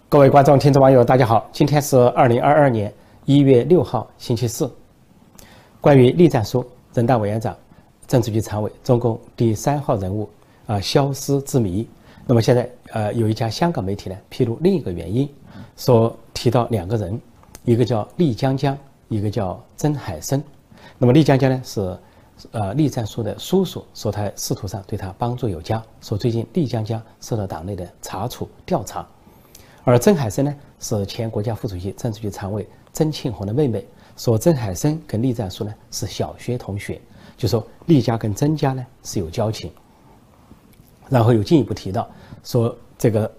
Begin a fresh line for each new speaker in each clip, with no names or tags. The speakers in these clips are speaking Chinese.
各位观众、听众、网友，大家好！今天是2022年1月6号，星期四。关于栗战书，人大委员长、政治局常委、中共第3号人物消失之谜。那么现在有一家香港媒体呢披露另一个原因，说提到2个人，一个叫栗江江，一个叫曾海生。那么栗江江呢是栗战书的叔叔，说他仕途上对他帮助有加，说最近栗江江受到党内的查处调查。而曾海生呢，是前国家副主席、政治局常委曾庆红的妹妹。说曾海生跟栗战书呢是小学同学，就说栗家跟曾家呢是有交情。然后又进一步提到说，这个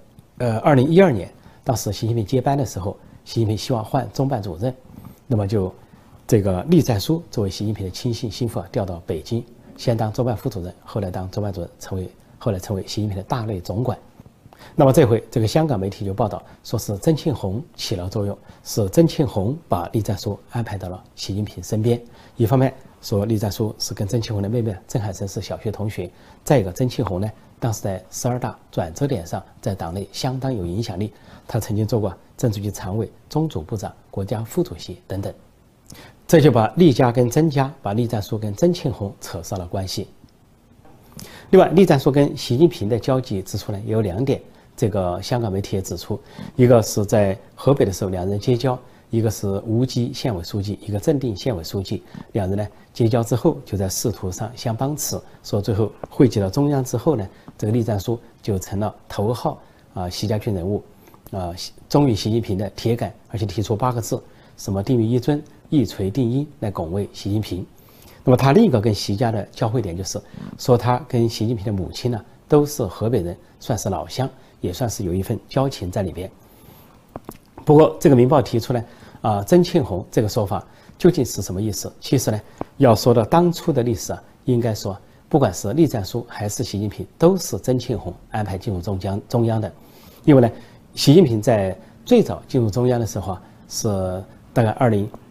2012年当时习近平接班的时候，习近平希望换中办主任，那么就这个栗战书作为习近平的亲信心腹调到北京，先当中办副主任，后来当中办主任，后来成为习近平的大内总管。那么这回这个香港媒体就报道说是曾庆红起了作用，是曾庆红把栗战书安排到了习近平身边。一方面说栗战书是跟曾庆红的妹妹曾海生是小学同学，再一个曾庆红呢当时在12大转折点上在党内相当有影响力，他曾经做过政治局常委、中组部长、国家副主席等等，这就把栗家跟曾家，把栗战书跟曾庆红扯上了关系。另外，栗战书跟习近平的交集之处呢也有2点，这个香港媒体也指出，一个是在河北的时候2人结交，一个是无锡县委书记，一个正定县委书记，2人呢结交之后就在仕途上相帮持，说最后汇集到中央之后呢，这个栗战书就成了头号习家军人物，忠于习近平的铁杆，而且提出8个字，什么定于一尊，一锤定音，来拱卫习近平。那么他另一个跟习家的交汇点就是说，他跟习近平的母亲呢都是河北人，算是老乡，也算是有一份交情在里边。不过这个《明报》提出呢，曾庆红这个说法究竟是什么意思？其实呢，要说到当初的历史应该说不管是栗战书还是习近平，都是曾庆红安排进入中央的。因为呢，习近平在最早进入中央的时候是大概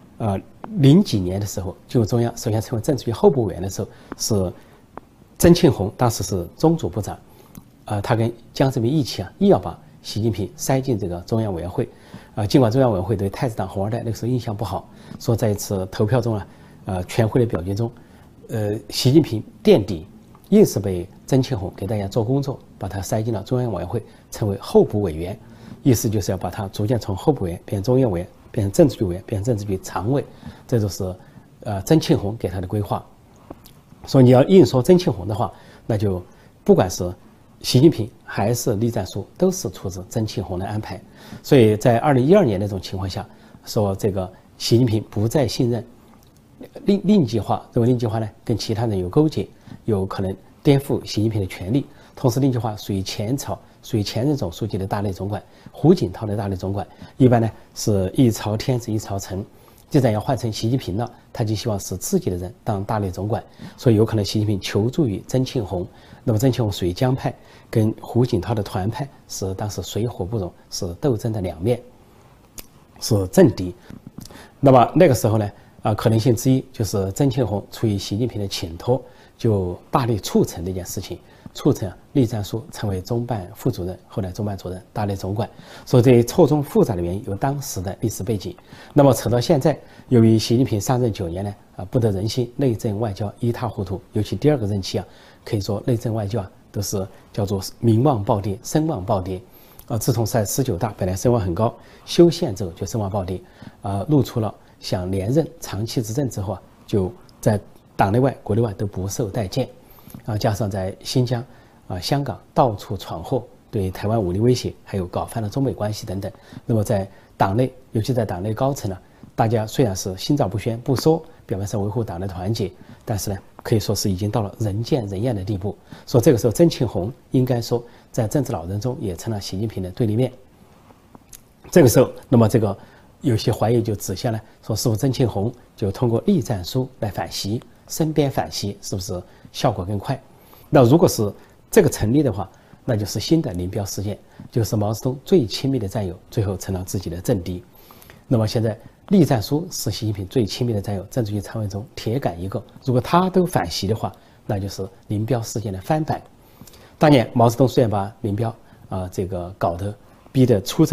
20几年的时候进入中央，首先成为政治局候补委员的时候，是曾庆红当时是中组部长，他跟江泽民一起硬要把习近平塞进这个中央委员会，尽管中央委员会对太子党红二代那个时候印象不好，说在一次投票中全会的表决中，习近平垫底，硬是被曾庆红给大家做工作，把他塞进了中央委员会，成为候补委员，意思就是要把他逐渐从候补委员变成中央委员，变成政治局委员，变成政治局常委，这就是曾庆红给他的规划。说你要硬说曾庆红的话，那就不管是习近平还是栗战书都是出自曾庆红的安排。所以在2012年那种情况下，说这个习近平不再信任令计划，认为令计划呢跟其他人有勾结，有可能颠覆习近平的权力。同时令计划属于前任总书记的大内总管，胡锦涛的大内总管，一般呢是一朝天子一朝臣，既然要换成习近平了，他就希望使自己的人当大内总管，所以有可能习近平求助于曾庆红。那么曾庆红属于江派，跟胡锦涛的团派是当时水火不容，是斗争的两面，是政敌。那么那个时候呢，可能性之一就是曾庆红出于习近平的请托，就大力促成这件事情，促成栗战书成为中办副主任，后来中办主任、大内总管。所以这错综复杂的原因有当时的历史背景。那么扯到现在，由于习近平上任9年呢，不得人心，内政外交一塌糊涂，尤其第2个任期可以说内政外交都是叫做名望暴跌、声望暴跌。自从在19大本来声望很高，修宪之后就声望暴跌，露出了想连任长期执政之后就在党内外、国内外都不受待见。加上在新疆、香港到处闯祸，对台湾武力威胁，还有搞翻了中美关系等等。那么在党内，尤其在党内高层大家虽然是心照不宣不说，表面上维护党的团结，但是呢，可以说是已经到了人见人厌的地步。说这个时候曾庆红应该说在政治老人中也成了习近平的对立面。这个时候，那么这个有些怀疑就指向了，说是否曾庆红就通过栗战书来反习，身边反习，是不是效果更快？那如果是这个成立的话，那就是新的林彪事件，就是毛泽东最亲密的战友最后成了自己的政敌。那么现在栗战书是习近平最亲密的战友，政治局常委中铁杆一个，如果他都反习的话，那就是林彪事件的翻版。当年毛泽东虽然把林彪这个搞得逼得出走，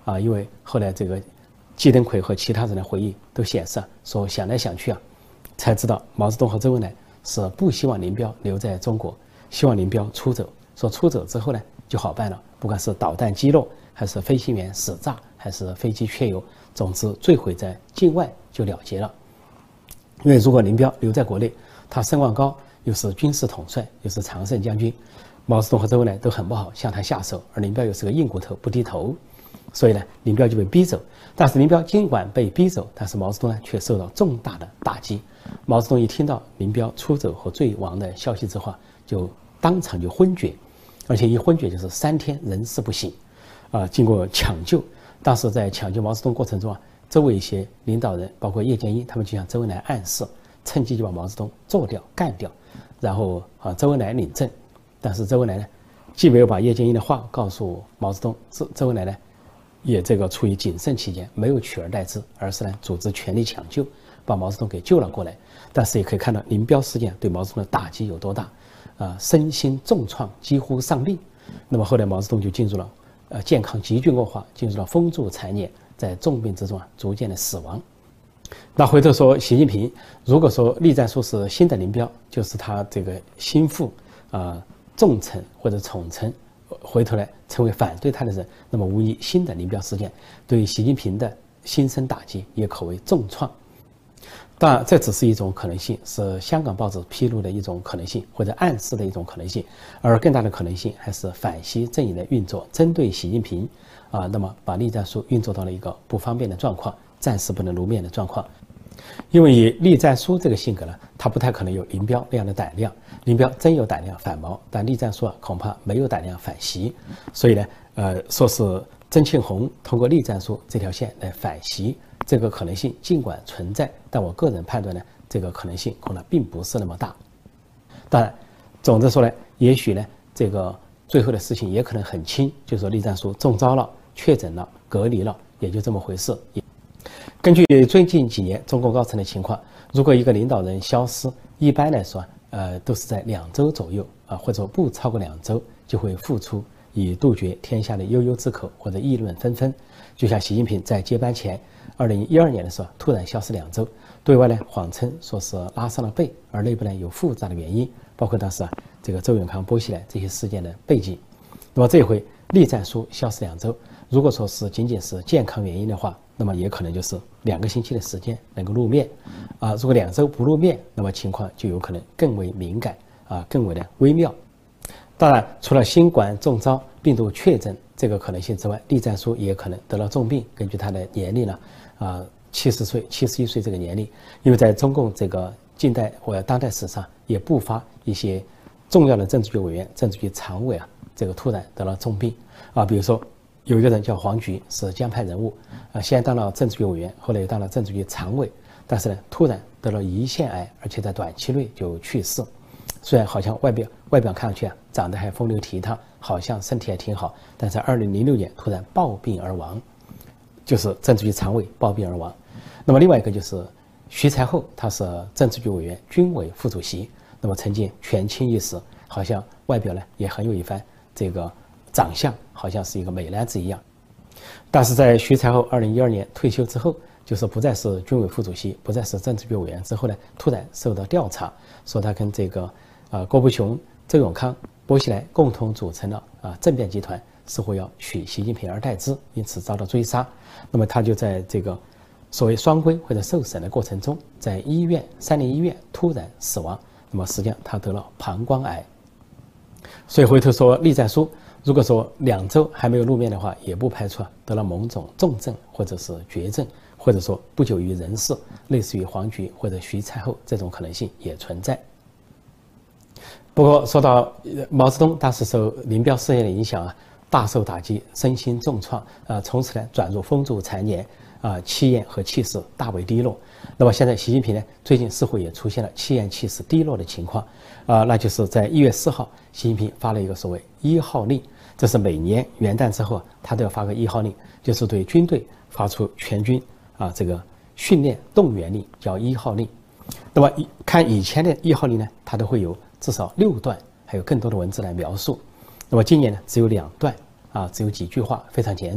因为后来这个季登奎和其他人的回忆都显示说，想来想去才知道毛泽东和周恩来是不希望林彪留在中国，希望林彪出走。说出走之后呢就好办了，不管是导弹击落，还是飞行员死炸，还是飞机缺油，总之坠毁在境外就了结了。因为如果林彪留在国内，他声望高，又是军事统帅，又是常胜将军，毛泽东和周恩来都很不好向他下手，而林彪又是个硬骨头不低头，所以呢林彪就被逼走。但是林彪尽管被逼走，但是毛泽东呢却受到重大的打击。毛泽东一听到林彪出走和坠亡的消息之后，就当场就昏厥，而且一昏厥就是3天人事不省。经过抢救，当时在抢救毛泽东过程中周围一些领导人，包括叶剑英，他们就向周恩来暗示，趁机就把毛泽东做掉、干掉，然后周恩来领证。但是周恩来呢，既没有把叶剑英的话告诉毛泽东，周恩来呢，也这个出于谨慎起见，没有取而代之，而是呢组织全力抢救，把毛泽东给救了过来。但是也可以看到林彪事件对毛泽东的打击有多大，身心重创，几乎丧命。那么后来毛泽东就进入了健康急剧恶化，进入了风烛残年，在重病之中逐渐的死亡。那回头说习近平，如果说栗战书是新的林彪，就是他这个心腹重臣或者宠臣，回头来成为反对他的人，那么无疑新的林彪事件对于习近平的心生打击，也可谓重创。当然，这只是一种可能性，是香港报纸披露的一种可能性，或者暗示的一种可能性。而更大的可能性还是反习阵营的运作，针对习近平那么把栗战书运作到了一个不方便的状况，暂时不能露面的状况。因为以栗战书这个性格呢，他不太可能有林彪那样的胆量。林彪真有胆量反毛，但栗战书恐怕没有胆量反习。所以呢，说是曾庆红通过栗战书这条线来反习，这个可能性尽管存在，但我个人判断呢，这个可能性可能并不是那么大。当然，总的说呢，也许呢，这个最后的事情也可能很轻，就是说栗战书中招了、确诊了、隔离了，也就这么回事。根据最近几年中共高层的情况，如果一个领导人消失，一般来说都是在2周左右或者不超过2周就会复出，以杜绝天下的悠悠之口或者议论纷纷。就像习近平在接班前2012年的时候突然消失2周，对外呢谎称说是拉伤了背，而内部呢有复杂的原因，包括当时这个周永康、薄熙来这些事件的背景。那么这回栗战书消失2周，如果说是仅仅是健康原因的话，那么也可能就是2个星期的时间能够露面如果2周不露面，那么情况就有可能更为敏感更为的微妙。当然，除了新冠中招、病毒确诊这个可能性之外，栗战书也可能得了重病。根据他的年龄呢，70岁、71岁这个年龄，因为在中共这个近代或当代史上也不乏一些重要的政治局委员、政治局常委这个突然得了重病比如说有一个人叫黄菊，是江派人物先当了政治局委员，后来又当了政治局常委，但是呢突然得了胰腺癌，而且在短期内就去世。虽然好像外表看上去长得还风流倜傥，好像身体还挺好，但在2006年突然暴病而亡，就是政治局常委暴病而亡。那么另外一个就是徐才厚，他是政治局委员、军委副主席，那么曾经权倾一时，好像外表呢也很有一番这个长相，好像是一个美男子一样。但是在徐才厚2012年退休之后，就是不再是军委副主席，不再是政治局委员之后呢，突然受到调查，说他跟这个郭伯雄、周永康、薄熙来共同组成了政变集团，似乎要取习近平而代之，因此遭到追杀。那么他就在这个所谓双规或者受审的过程中，在3联医院突然死亡。那么实际上他得了膀胱癌。所以回头说栗战书，如果说2周还没有露面的话，也不排除得了某种重症或者是绝症，或者说不久于人世，类似于黄菊或者徐才厚这种可能性也存在。不过说到毛泽东当时受林彪事件的影响大受打击，身心重创从此呢转入风烛残年气焰和气势大为低落。那么现在习近平呢，最近似乎也出现了气焰气势低落的情况那就是在1月4号，习近平发了一个所谓1号令，这是每年元旦之后他都要发个1号令，就是对军队发出全军这个训练动员令，叫1号令。那么看以前的1号令呢，它都会有至少6段，还有更多的文字来描述。那么今年呢，只有2段只有几句话，非常简短。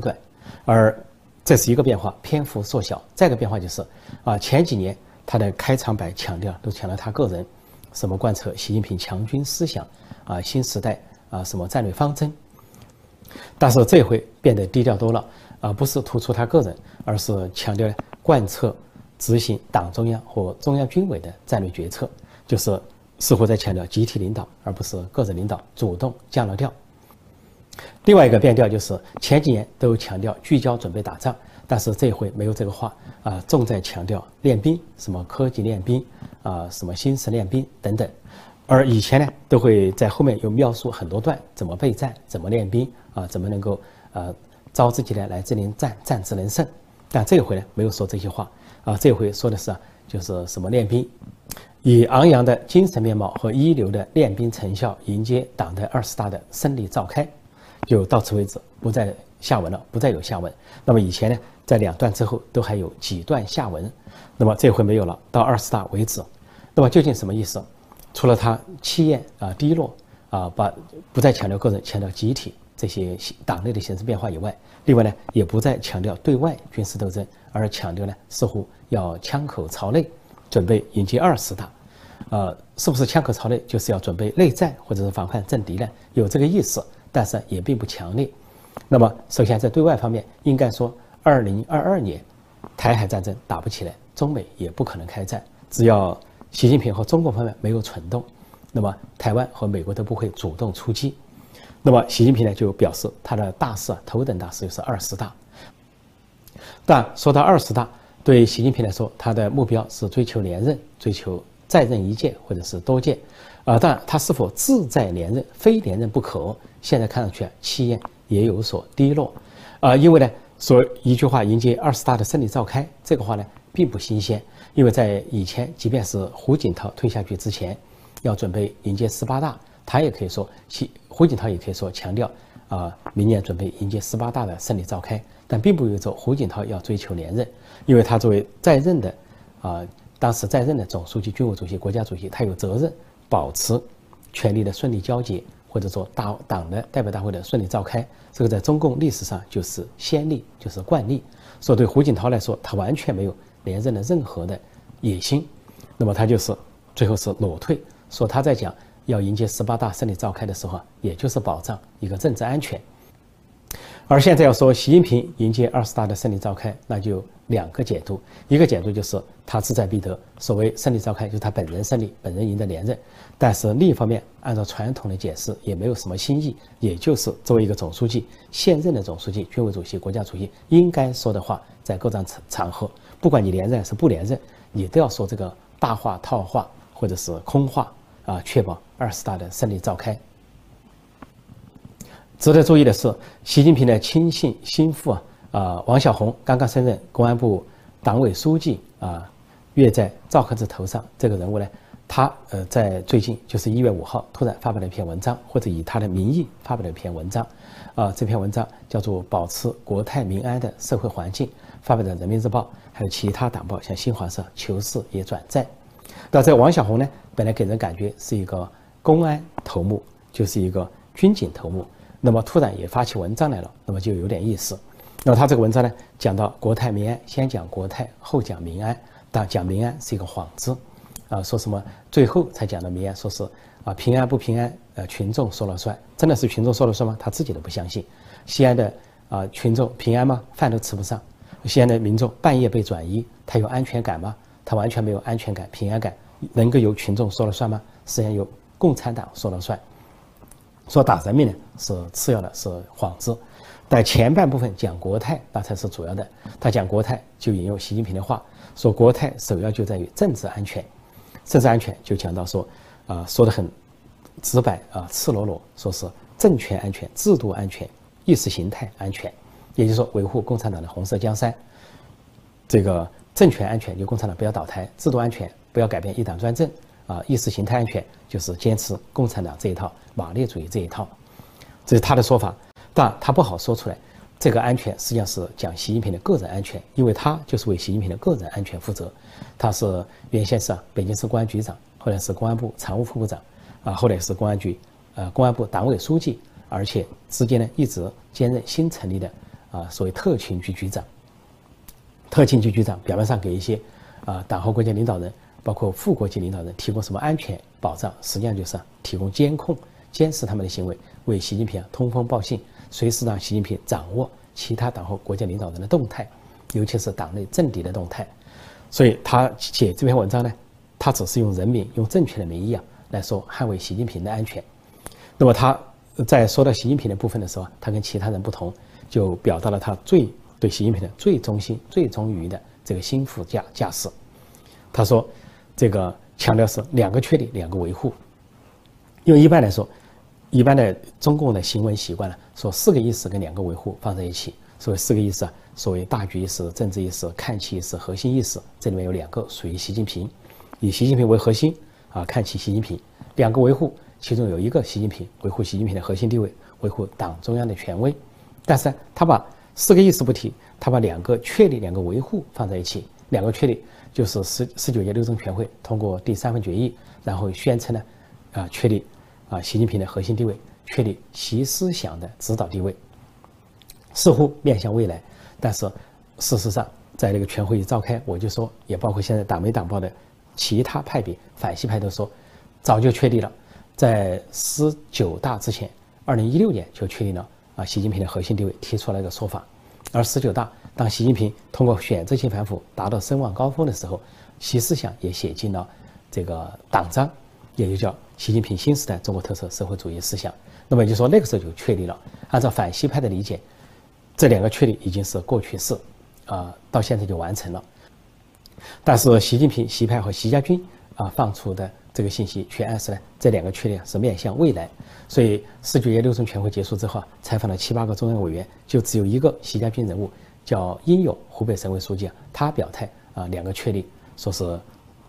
而这是一个变化，篇幅缩小。再一个变化就是前几年他的开场白强调都强调他个人，什么贯彻习近平强军思想新时代什么战略方针。但是这回变得低调多了不是突出他个人，而是强调贯彻执行党中央或中央军委的战略决策，就是似乎在强调集体领导，而不是个人领导，主动降了调。另外一个变调就是前几年都强调聚焦准备打仗，但是这回没有这个话重在强调练兵，什么科技练兵什么新式练兵等等。而以前呢，都会在后面有描述很多段怎么备战，怎么练兵怎么能够召之即来，来之能战，战之能胜。但这回呢，没有说这些话这回说的是就是什么练兵，以昂扬的精神面貌和一流的练兵成效迎接党的20大的胜利召开，就到此为止，不再下文了，不再有下文。那么以前呢，在2段之后都还有几段下文，那么这回没有了，到20大为止。那么究竟什么意思？除了他气焰低落不再强调个人，强调集体这些党内的形势变化以外，另外呢，也不再强调对外军事斗争，而强调呢，似乎要枪口朝内，准备迎接20大。是不是枪口朝内就是要准备内战或者是防范政敌呢？有这个意思，但是也并不强烈。那么首先在对外方面，应该说2022年台海战争打不起来，中美也不可能开战，只要习近平和中共方面没有蠢动，那么台湾和美国都不会主动出击。那么习近平呢就表示他的大事头等大事就是20大。但说到20大，对习近平来说，他的目标是追求连任，追求再任一届或者是多届但他是否志在连任，非连任不可，现在看上去气焰也有所低落因为呢说一句话迎接20大的胜利召开，这个话呢并不新鲜，因为在以前即便是胡锦涛退下去之前，要准备迎接18大，他也可以说胡锦涛也可以说强调明年准备迎接18大的胜利召开，但并不意味着胡锦涛要追求连任，因为他作为在任的当时在任的总书记、军委主席、国家主席，他有责任保持权力的顺利交接，或者说党的代表大会的顺利召开。这个在中共历史上就是先例，就是惯例。所以对胡锦涛来说，他完全没有连任的任何的野心。那么他就是最后是裸退，说他在讲要迎接18大胜利召开的时候也就是保障一个政治安全。而现在要说习近平迎接20大的胜利召开，那就2个解读。一个解读就是他志在必得，所谓胜利召开就是他本人胜利，本人赢得连任。但是另一方面，按照传统的解释，也没有什么新意，也就是作为一个总书记，现任的总书记、军委主席、国家主席应该说的话，在各种场合，不管你连任还是不连任，你都要说这个大话、套话或者是空话确保20大的胜利召开。值得注意的是，习近平的亲信心腹王小洪刚刚升任公安部党委书记跃在赵克志头上。这个人物呢，他在最近就是1月5号突然发表了一篇文章，或者以他的名义发表了一篇文章这篇文章叫做《保持国泰民安的社会环境》，发表在《人民日报》还有其他党报，像新华社、求是也转载。那这王小洪呢，本来给人感觉是一个公安头目，就是一个军警头目，那么突然也发起文章来了，那么就有点意思。那么他这个文章呢，讲到国泰民安，先讲国泰，后讲民安，但讲民安是一个幌子说什么最后才讲的民安，说是平安不平安群众说了算。真的是群众说了算吗？他自己都不相信。西安的群众平安吗？饭都吃不上。西安的民众半夜被转移，他有安全感吗？他完全没有安全感、平安感，能够由群众说了算吗？实际上由共产党说了算。说打人民呢是次要的，是幌子。但前半部分讲国泰，那才是主要的。他讲国泰就引用习近平的话，说国泰首要就在于政治安全。政治安全就讲到说说得很直白赤裸裸，说是政权安全、制度安全、意识形态安全，也就是说维护共产党的红色江山。这个政权安全就共产党不要倒台，制度安全不要改变一党专政意识形态安全就是坚持共产党这一套，马列主义这一套，这是他的说法。但他不好说出来，这个安全实际上是讲习近平的个人安全，因为他就是为习近平的个人安全负责。他是原先是北京市公安局长，后来是公安部常务副部长后来是公安部党委书记，而且之间呢一直兼任新成立的所谓特勤局局长。特勤局局长表面上给一些党和国家领导人，包括副国级领导人提供什么安全保障，实际上就是提供监控、监视他们的行为，为习近平通风报信，随时让习近平掌握其他党和国家领导人的动态，尤其是党内政敌的动态。所以他写这篇文章呢，他只是用人民、用政权的名义来说捍卫习近平的安全。那么他在说到习近平的部分的时候，他跟其他人不同，就表达了他对习近平的最忠心、最忠于的这个心腹架势。他说，这个强调是2个确立、2个维护。因为一般来说，一般的中共的行文习惯呢，说4个意识跟2个维护放在一起。所谓4个意识所谓大局意识、政治意识、看齐意识、核心意识，这里面有2个属于习近平，以习近平为核心看齐习近平。2个维护，其中有1个习近平，维护习近平的核心地位，维护党中央的权威。但是他把4个意识不提，他把2个确立、2个维护放在一起。2个确立就是19届六中全会通过第3份决议，然后宣称呢，确立习近平的核心地位，确立习思想的指导地位，似乎面向未来。但是事实上，在这个全会一召开，我就说，也包括现在党媒党报的其他派别、反西派都说，早就确立了，在19大之前，2016年就确立了习近平的核心地位，提出了一个说法。而19大当习近平通过选择性反腐达到声望高峰的时候，习思想也写进了这个党章，也就叫习近平新时代中国特色社会主义思想。那么也就是说，那个时候就确立了。按照反西派的理解，这2个确立已经是过去式，到现在就完成了。但是习近平、习派和习家军放出的这个信息却暗示呢，这2个确立是面向未来。所以19届六中全会结束之后，采访了7、8个中央委员，就只有1个习家军人物叫殷勇，湖北省委书记他表态2个确立，说是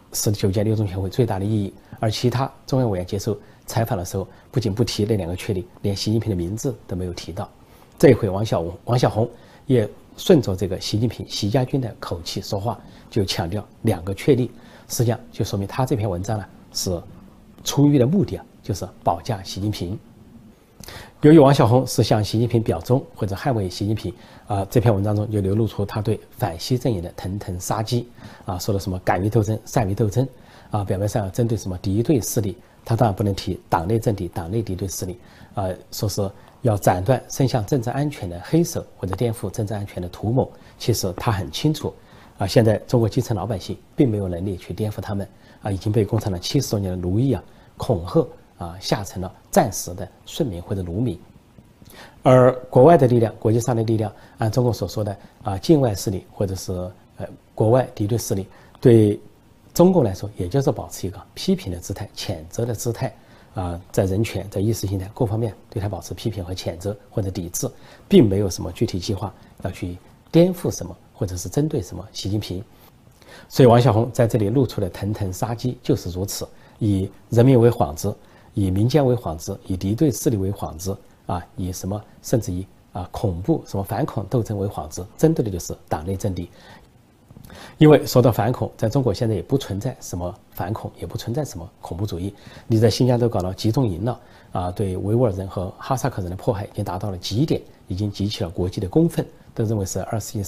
19届六中全会最大的意义。而其他中央委员接受采访的时候，不仅不提那2个确立，连习近平的名字都没有提到。这一回王小红也顺着这个习近平、习家军的口气说话，就强调2个确立，实际上就说明他这篇文章呢是出于的目的就是保驾习近平。由于王小红是向习近平表忠或者捍卫习近平，这篇文章中就流露出他对反西阵营的腾腾杀机，说的什么敢于斗争、善于斗争，表面上要针对什么敌对势力，他当然不能提党内政敌、党内敌对势力，说是要斩断伸向政治安全的黑手或者颠覆政治安全的图谋。其实他很清楚，现在中国基层老百姓并没有能力去颠覆他们，已经被共产党70多年的奴役恐吓吓成了暂时的顺民或者奴民。而国外的力量、国际上的力量，按中共所说的境外势力或者是国外敌对势力，对中共来说，也就是保持一个批评的姿态、谴责的姿态，在人权、在意识形态各方面对他保持批评和谴责或者抵制，并没有什么具体计划要去颠覆什么或者是针对什么习近平。所以王小红在这里露出的腾腾杀机就是如此，以人民为幌子，以民间为幌子，以敌对势力为幌子，以什么甚至以恐怖什么反恐斗争为幌子，针对的就是党内政敌。因为说到反恐，在中国现在也不存在什么反恐，也不存在什么恐怖主义。你在新疆都搞到集中营了，对维吾尔人和哈萨克人的迫害已经达到了极点，已经激起了国际的公愤，都认为是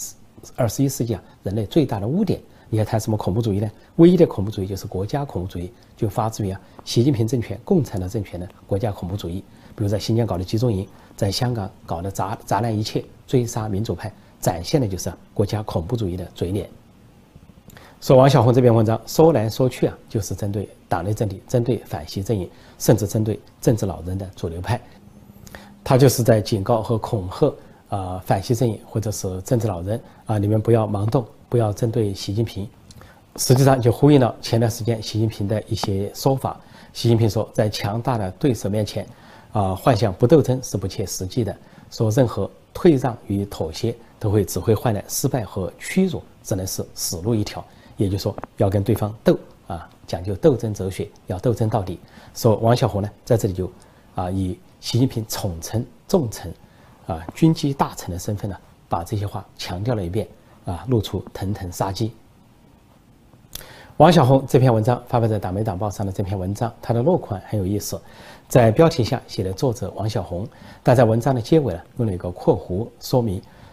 21世纪人类最大的污点。你还谈什么恐怖主义呢？唯一的恐怖主义就是国家恐怖主义，就发自于习近平政权、共产党政权的国家恐怖主义。比如在新疆搞的集中营，在香港搞的砸烂一切、追杀民主派，展现的就是国家恐怖主义的嘴脸。说王小红这篇文章说来说去就是针对党内政敌，针对反西阵营，甚至针对政治老人的主流派。他就是在警告和恐吓反西阵营或者是政治老人你们不要盲动，不要针对习近平。实际上就呼应了前段时间习近平的一些说法。习近平说，在强大的对手面前幻想不斗争是不切实际的，说任何退让与妥协只会换来失败和屈辱，只能是死路一条。也就是说，要跟对方斗讲究斗争哲学，要斗争到底。说王小红呢，在这里就以习近平宠臣、重臣军机大臣的身份呢，把这些话强调了一遍露出腾腾杀机。王小红这篇文章发表在党媒党报上的这篇文章，它的落款很有意思，在标题下写了作者王小红，但在文章的结尾呢，用了一个括弧说明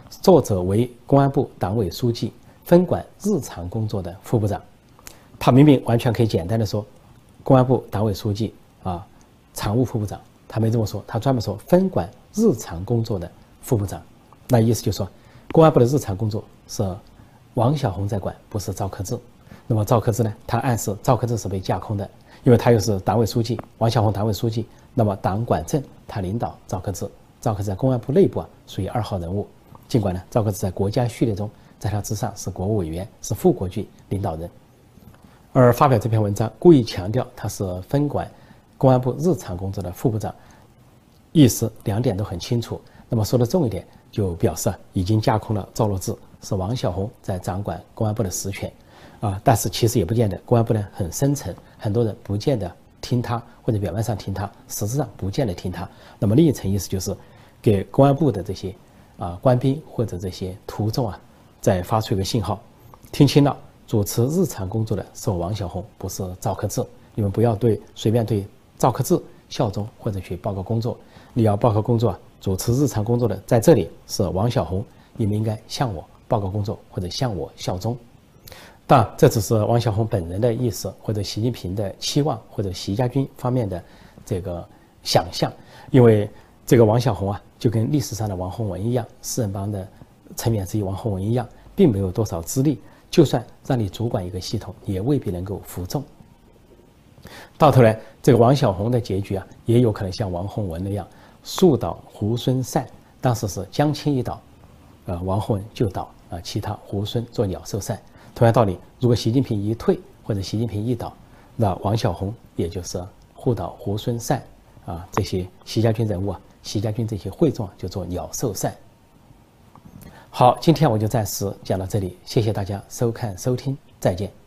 作者为公安部党委书记，分管日常工作的副部长。他明明完全可以简单的说公安部党委书记常务副部长，他没这么说，他专门说分管日常工作的副部长。那意思就是说，公安部的日常工作是王小洪在管，不是赵克志。那么赵克志呢？他暗示赵克志是被架空的，因为他又是党委书记，王小洪党委书记，那么党管政他领导赵克志，赵克志在公安部内部属于2号人物。尽管呢，赵克志在国家序列中，在他之上是国务委员，是副国级领导人。而发表这篇文章，故意强调他是分管公安部日常工作的副部长，意思2点都很清楚。那么说的重一点，就表示已经架空了赵乐际，是王小洪在掌管公安部的实权。但是其实也不见得，公安部呢很深层，很多人不见得听他，或者表面上听他，实质上不见得听他。那么另一层意思就是给公安部的这些官兵或者这些徒众再发出一个信号，听清了，主持日常工作的是王小洪，不是赵克志。你们不要随便对赵克志效忠或者去报告工作，你要报告工作主持日常工作的在这里是王小洪，你们应该向我报告工作或者向我效忠。当然，这只是王小洪本人的意思，或者习近平的期望，或者习家军方面的这个想象。因为这个王小洪就跟历史上的王洪文一样，四人帮的成员之一王洪文一样，并没有多少资历，就算让你主管一个系统，也未必能够服众。到头来，这个王小洪的结局也有可能像王洪文那样，树倒猢狲散。当时是江青一倒，王洪文就倒，其他猢狲做鸟兽散。同样道理，如果习近平一退或者习近平一倒，那王小洪也就是互倒猢狲散这些习家军人物习家军这些会众就做鸟兽散。好，今天我就暂时讲到这里，谢谢大家收看收听，再见。